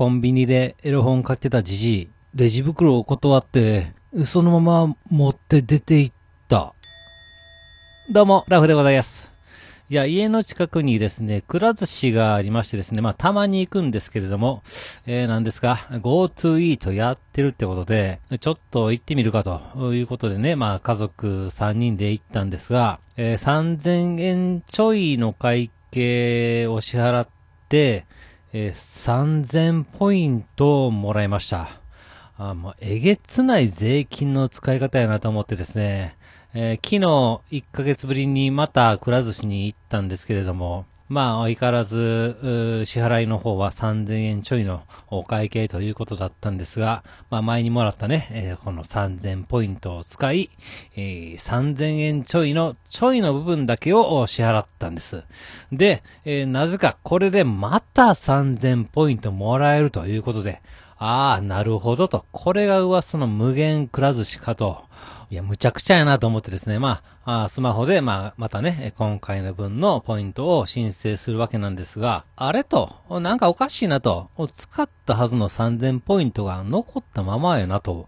コンビニでエロ本買ってたじじい、レジ袋を断って、そのまま持って出て行った。どうも、ラフでございます。いや、家の近くにですね、くら寿司がありましてですね、たまに行くんですけれども、なんですか、GoTo Eat やってるってことで、ちょっと行ってみるかということでね、家族3人で行ったんですが、3000円ちょいの会計を支払って、3000ポイントをもらいました。もうえげつない税金の使い方やなと思ってですね、昨日1ヶ月ぶりにまたくら寿司に行ったんですけれども、相変わらず支払いの方は3000円ちょいのお会計ということだったんですが、前にもらったね、この3000ポイントを使い、3000円ちょいの部分だけを支払ったんです。で、なぜかこれでまた3000ポイントもらえるということで、なるほどと。これが噂の無限くら寿司かと。いや、むちゃくちゃやなと思ってですね。スマホで、またね、今回の分のポイントを申請するわけなんですが、あれと、なんかおかしいなと。使ったはずの3000ポイントが残ったままやなと。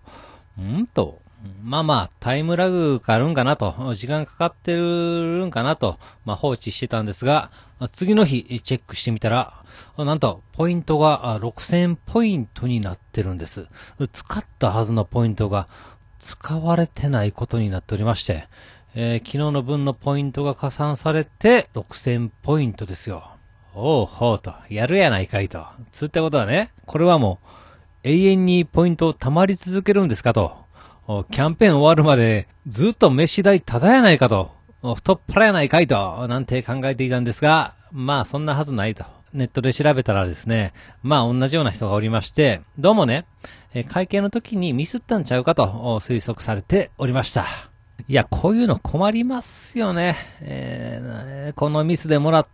タイムラグがあるんかなと。時間かかってるんかなと。放置してたんですが、次の日チェックしてみたら、なんと、ポイントが6000ポイントになってるんです。使ったはずのポイントが使われてないことになっておりまして、昨日の分のポイントが加算されて6000ポイントですよ。おうほうと、やるやないかいと。つってことはね、これはもう永遠にポイントを貯まり続けるんですかと。キャンペーン終わるまでずっと飯代ただやないかと。太っ腹やないかいと、なんて考えていたんですが、そんなはずないと。ネットで調べたらですね、同じような人がおりまして、どうもね、会計の時にミスったんちゃうかと推測されておりました。いや、こういうの困りますよね。このミスでもらった、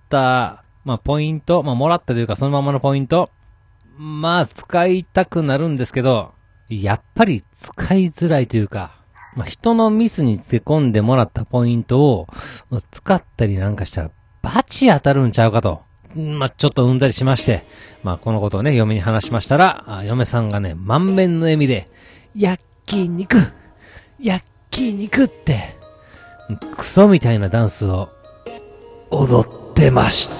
ポイント、もらったというかそのままのポイント、使いたくなるんですけど、やっぱり使いづらいというか、人のミスにつけ込んでもらったポイントを使ったりなんかしたらバチ当たるんちゃうかと。ちょっとうんざりしまして、このことをね、嫁に話しましたら、嫁さんがね、満面の笑みで、焼肉って、クソみたいなダンスを踊ってました。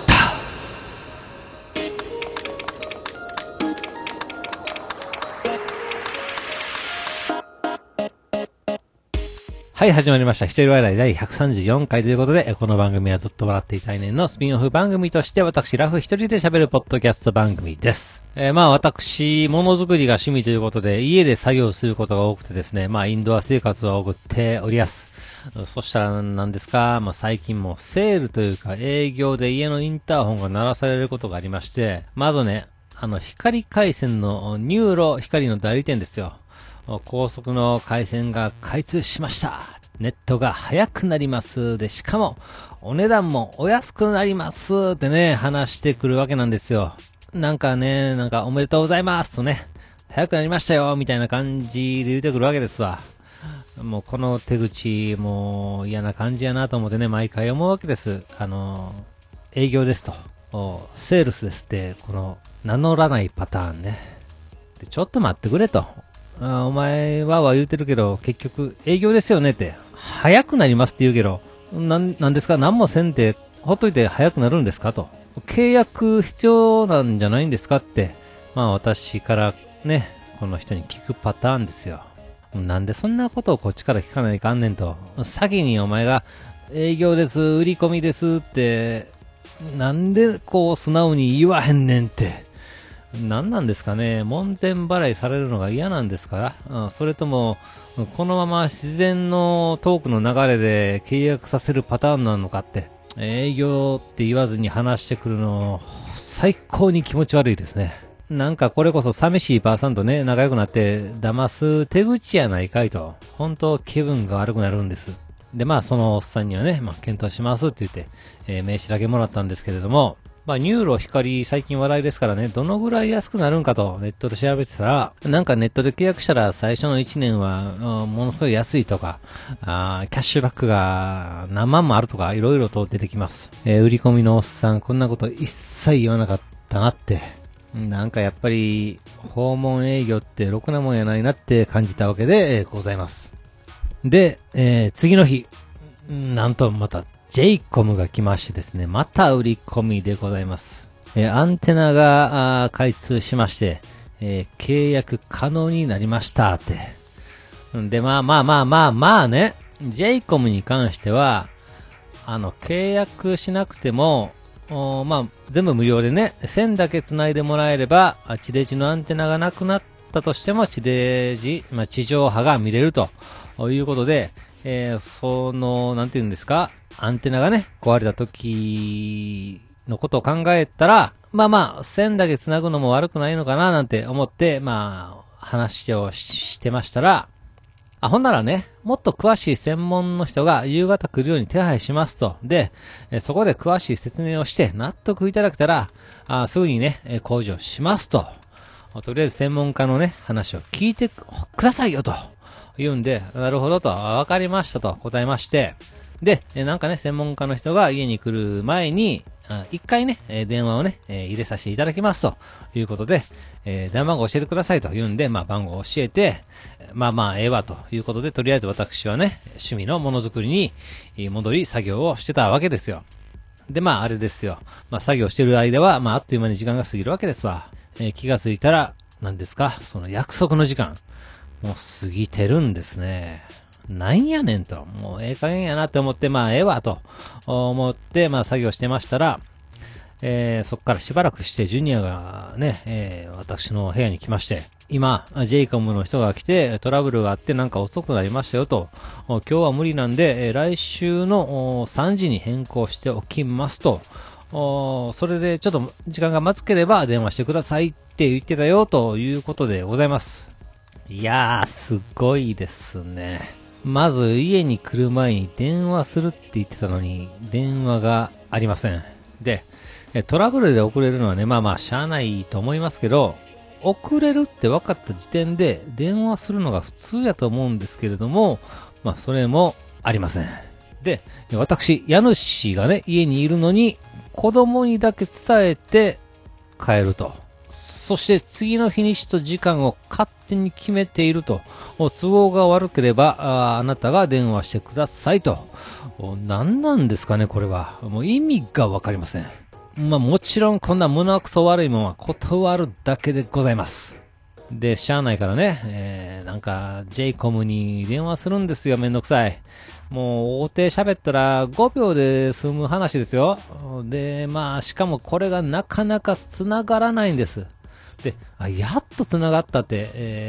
はい、始まりました。一人笑い第134回ということで、この番組はずっと笑っていたいねんのスピンオフ番組として、私、ラフ一人で喋るポッドキャスト番組です。私、ものづくりが趣味ということで、家で作業することが多くてですね、インドア生活を送っております。そしたらなんですか、最近もセールというか営業で家のインターホンが鳴らされることがありまして、まずね、光回線のニューロ光の代理店ですよ。高速の回線が開通しました。ネットが速くなります。で、しかも、お値段もお安くなりますってね、話してくるわけなんですよ。なんかおめでとうございますとね、早くなりましたよみたいな感じで言ってくるわけですわ。もうこの手口、もう嫌な感じやなと思ってね、毎回思うわけです。営業ですと。セールスですって、この、名乗らないパターンね。で、ちょっと待ってくれと。お前は言うてるけど、結局営業ですよねって、早くなりますって言うけど、なんですか、何もせんで、ほっといて早くなるんですかと。契約必要なんじゃないんですかって、私からね、この人に聞くパターンですよ。なんでそんなことをこっちから聞かないかんねんと。先にお前が、営業です、売り込みですって、なんでこう素直に言わへんねんって。何なんですかね。門前払いされるのが嫌なんですから、それともこのまま自然のトークの流れで契約させるパターンなのかって、営業って言わずに話してくるの最高に気持ち悪いですね。なんかこれこそ寂しいばあさんとね、仲良くなって騙す手口やないかいと、本当気分が悪くなるんです。でそのおっさんにはね、検討しますって言って、名刺だけもらったんですけれども、ニューロ光最近話題ですからね、どのぐらい安くなるんかとネットで調べてたら、なんかネットで契約したら最初の1年はものすごい安いとか、キャッシュバックが何万もあるとかいろいろと出てきます。売り込みのおっさんこんなこと一切言わなかったなってなんかやっぱり、訪問営業ってろくなもんやないなって感じたわけで、ございます。で、次の日、なんとまた、JCOM が来ましてですね、また売り込みでございます。アンテナが開通しまして、契約可能になりましたって。で、まあね、JCOM に関しては、契約しなくても、全部無料でね、線だけ繋いでもらえれば、地デジのアンテナがなくなったとしても、地デジ、地上波が見れるということで、なんて言うんですか、アンテナがね、壊れた時のことを考えたら、線だけ繋ぐのも悪くないのかななんて思って、話をしてましたら、ほんならね、もっと詳しい専門の人が夕方来るように手配しますと。で、そこで詳しい説明をして納得いただけたら、すぐにね、工事をしますと。とりあえず専門家のね、話を聞いてくださいよと。言うんで、なるほどと、わかりましたと答えまして。で、なんかね、専門家の人が家に来る前に、一回ね、電話をね、入れさせていただきますということで、電話番号教えてくださいと言うんで、番号を教えて、ええわということで、とりあえず私はね、趣味のものづくりに戻り作業をしてたわけですよ。で、あれですよ。作業してる間は、あっという間に時間が過ぎるわけですわ。気がついたら、何ですか、その約束の時間、もう過ぎてるんですね。なんやねんと。もうええ加減やなって思って、ええわと思って、作業してましたら、そっからしばらくしてジュニアがね、私の部屋に来まして、今、JCOM の人が来て、トラブルがあってなんか遅くなりましたよと、今日は無理なんで、来週の3時に変更しておきますと、それでちょっと時間が待つければ電話してくださいって言ってたよということでございます。いやー、すごいですね。まず家に来る前に電話するって言ってたのに、電話がありません。で、トラブルで遅れるのはね、しゃあないと思いますけど、遅れるって分かった時点で電話するのが普通やと思うんですけれども、それもありません。で、私、家主がね、家にいるのに、子供にだけ伝えて帰ると。そして次の日にちと時間を勝手に決めていると。都合が悪ければ、あなたが電話してくださいと。何なんですかね、これは。もう意味がわかりません。もちろんこんな胸くそ悪いもんは断るだけでございます。で、しゃあないからね、なんか JCOM に電話するんですよ、めんどくさい。もう大手喋ったら5秒で済む話ですよ。で、しかもこれがなかなか繋がらないんです。で、やっと繋がったって、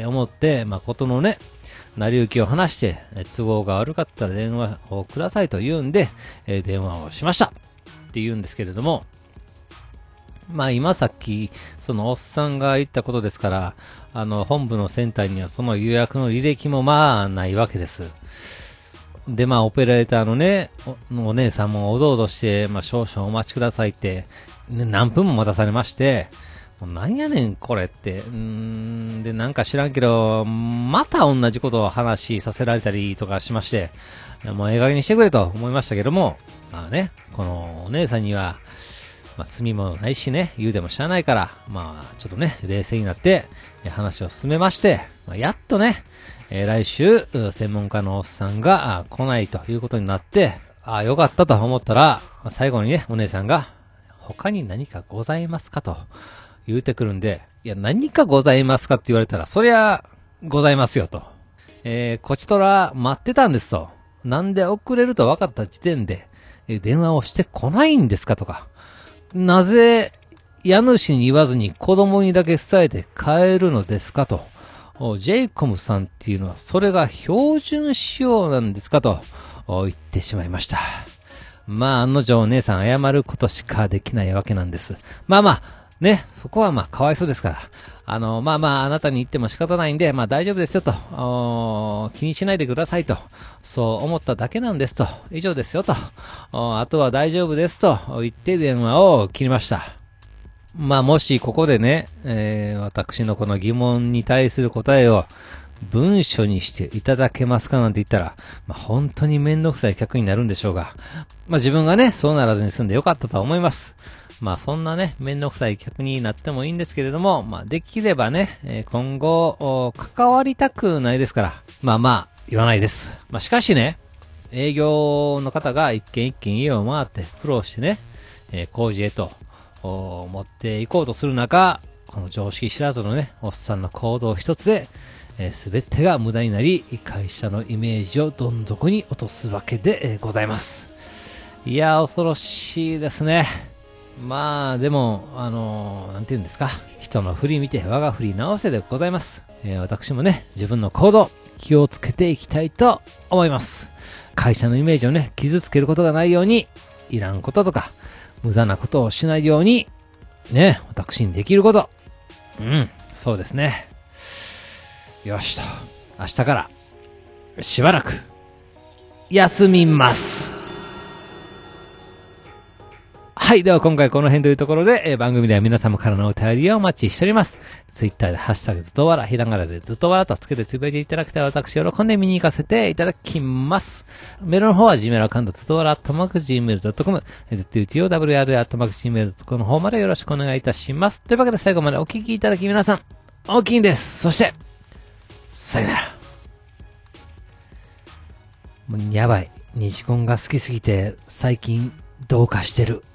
思って、ことのね、成り行きを話して、都合が悪かったら電話をくださいと言うんで、電話をしましたって言うんですけれども、今さっき、そのおっさんが言ったことですから、本部のセンターにはその予約の履歴もないわけです。で、オペレーターのね、お姉さんもおどおどして、少々お待ちくださいって、ね、何分も待たされまして、もうなんやねんこれって。で、なんか知らんけど、また同じことを話させられたりとかしまして、もうええ加減にしてくれと思いましたけども、このお姉さんには、罪もないしね、言うでもしゃあないから、ちょっとね、冷静になって、話を進めまして、やっとね、来週、専門家のおっさんが来ないということになって、よかったと思ったら、最後にね、お姉さんが、他に何かございますかと言うてくるんで、いや、何かございますかって言われたら、そりゃ、ございますよと。こちとら待ってたんですと。なんで遅れると分かった時点で、電話をしてこないんですかとか。なぜ、家主に言わずに子供にだけ伝えて帰るのですかと。JCOM さんっていうのはそれが標準仕様なんですかと言ってしまいました。案の定お姉さん謝ることしかできないわけなんです。ね、そこはかわいそうですから。あなたに言っても仕方ないんで、大丈夫ですよと、気にしないでくださいと、そう思っただけなんですと、以上ですよと、あとは大丈夫ですと言って電話を切りました。もしここでね、私のこの疑問に対する答えを文書にしていただけますかなんて言ったら、本当にめんどくさい客になるんでしょうが、自分がね、そうならずに済んでよかったとは思います。 まあそんなね、めんどくさい客になってもいいんですけれども、まあできればね、今後、関わりたくないですから、まあ、言わないです。まあしかしね、営業の方が一軒一軒家を回って苦労してね、工事へと、持っていこうとする中、この常識知らずのね、おっさんの行動一つで、すべてが無駄になり、会社のイメージをどん底に落とすわけで、ございます。いやー、恐ろしいですね。まあ、でも、なんて言うんですか。人の振り見て我が振り直せでございます。私もね、自分の行動、気をつけていきたいと思います。会社のイメージをね、傷つけることがないように、いらんこととか、無駄なことをしないように、ね、私にできること。そうですね。よしと。明日から、しばらく、休みます。はい。では今回この辺というところで、番組では皆様からのお便りをお待ちしております。ツイッターでハッシュタグずっとわら、ひらがなでずっとわらとつけてつぶやいていただけたら私喜んで見に行かせていただきます。メールの方は Gmail アカウントずっとわら、@gmail.com、zutowr@gmail.com の方までよろしくお願いいたします。というわけで最後までお聞きいただき皆さん、大きいんです。そして、さよなら。もうやばい。ニジコンが好きすぎて、最近、どうかしてる。